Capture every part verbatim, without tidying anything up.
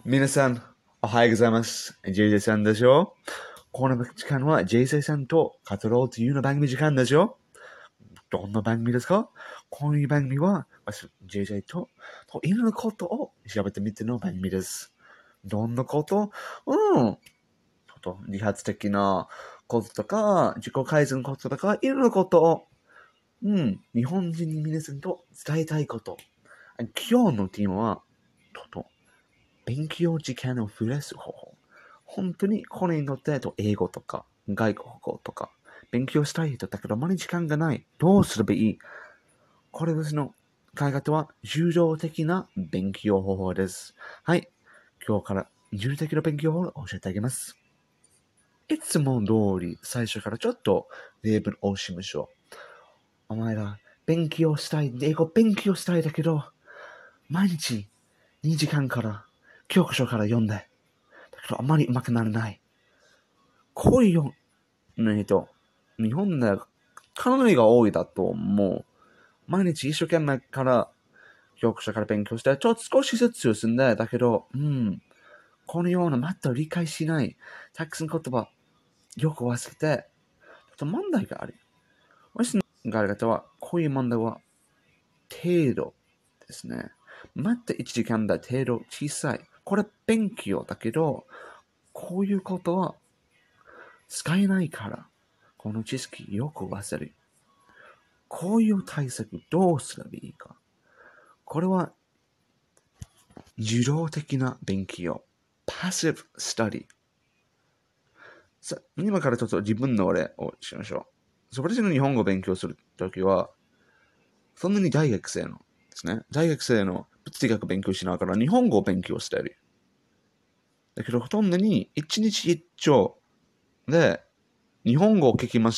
皆さん、おはようございます。ジェイジェイ さんでしょ。この時間は ジェイジェイ さんと語ろうというの番組時間でしょ。どんな番組ですか？この番組は、ジェイジェイ と、といろんなことを調べてみての番組です。どんなことうん。ちょっと理髪的なこととか、自己改善のこととか、いろんなことを、うん、日本人に皆さんと伝えたいこと。今日のテーマは、ちょっと勉強時間を増やす方法。本当にこれにとって英語とか外国語とか勉強したい人だけどあまり時間がない。どうすればいい？これですの考え方は重要的な勉強方法です。はい。今日から重要的な勉強法を教えてあげます。いつも通り最初からちょっと例文をしましょう。お前ら勉強したい、英語勉強したいだけど、毎日にじかんから教科書から読んで、だけどあまり上手くならない。こういうえっと、日本でかなりが多いだと思う。毎日一生懸命から教科書から勉強して、ちょっと少しずつ進んで、だけど、うん、このようなまた理解しない、たくさん言葉、よく忘れて、ちょっと問題がある。私のがある方は、こういう問題は、程度ですね。またいちじかんだ程度小さい。これ勉強だけど、こういうことは使えないから、この知識よく忘れる。こういう対策どうすればいいか。これは、受動的な勉強。パッシブスタディ。さ、今からちょっと自分の例をしましょう。私の日本語を勉強するときは、そんなに大学生のですね。大学生の物理学勉強しながら日本語を勉強している。だけど、ほとんどに一日一丁で日本語を聞きました。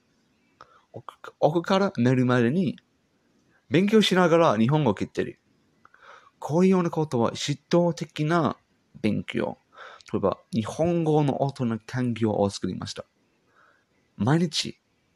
奥から寝るまでに勉強しながら日本語を聞いてる。こういうようなことは指導的な勉強。例えば、日本語の音の環境を作りました。毎日、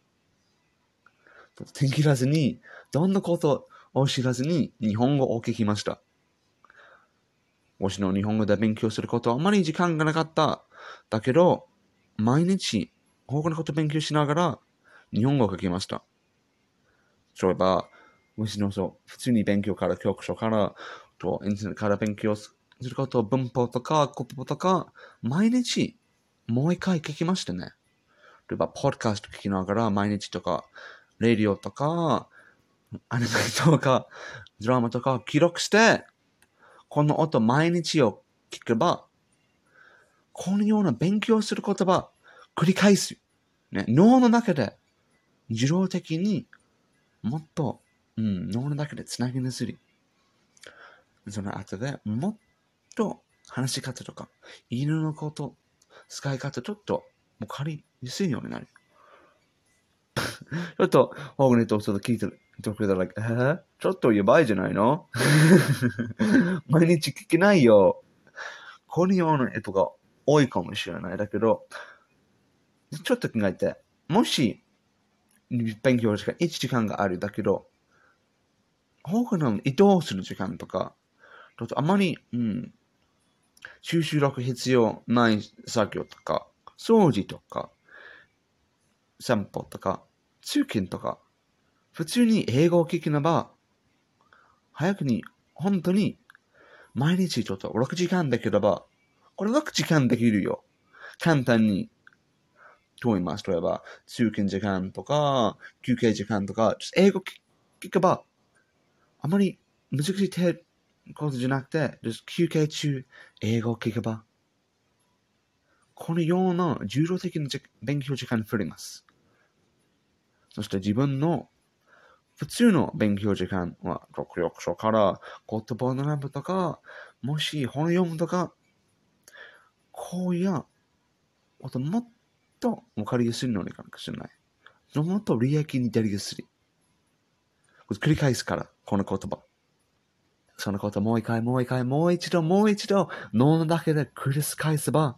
天気らずに、どんなことを知らずに日本語を聞きました。私の日本語で勉強することはあまり時間がなかった。だけど、毎日、他のことを勉強しながら日本語を書きました。例えば、私のそう、普通に勉強から教科書から、とインターネットから勉強すること、文法とか言葉とか、毎日、もう一回聞きましたね。例えば、ポッドキャスト聞きながら、毎日とか、レディオとか、アニメとか、ドラマとか記録して、この音毎日を聞けば、このような勉強する言葉、繰り返す。ね、脳の中で、自動的にもっと、うん、脳の中でつなぎなすり。その後でもっと話し方とか、犬のこと、使い方ちょっと、もう借りやすいようになる。ちょっと、ホーグネットをちょっと聞いてくれたら、えー、ちょっとやばいじゃないの毎日聞けないよ。このような人が多いかもしれない。だけど、ちょっと考えて、もし、勉強時間いちじかんがあるだけど、他の移動する時間とか、あまり、うん、収集力必要ない作業とか、掃除とか、散歩とか、通勤とか、普通に英語を聞きなば、早くに、本当に、毎日ちょっとろくじかんできれば、これろくじかんできるよ。簡単に、と思います。例えば、通勤時間とか、休憩時間とか、英語聞けば、あまり難しいことじゃなくて、休憩中、英語を聞けば、このような重要的な勉強時間に増えます。そして自分の普通の勉強時間は、読力書から言葉を学ぶとか、もし本を読むとか、こういう、もっと分かりやすいのにかもしれない。もっと利益に出りやすい。繰り返すから、この言葉。そのこともう一回、もう一回、もう一度、もう一度、脳のだけで繰り返せば、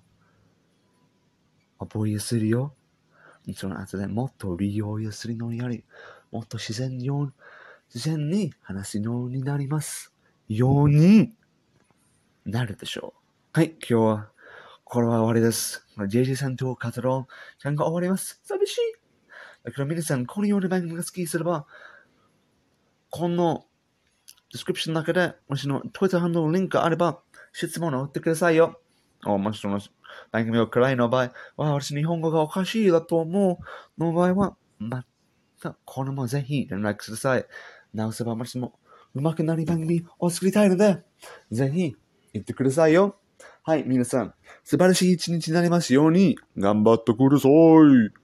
覚えやすいよ。その後でもっと利用やすいのになり、もっと自然に、自然に話すようになります。ように。 なるでしょう。はい、今日はこれは終わりです。ジェイジェイ さんと活動時間が終わります。寂しい。だから皆さん、このような番組が好きすれば、このディスクリプションの中で、もしの Twitter ハンドルのリンクがあれば、質問を打ってくださいよ。おもしその番組を暗いの場合、わあ、私日本語がおかしいだと思うの場合は、また、これもぜひ連絡ください。直せば私も上手くなり番組を作りたいので、ぜひ言ってくださいよ。はい、皆さん、素晴らしい一日になりますように、頑張ってください。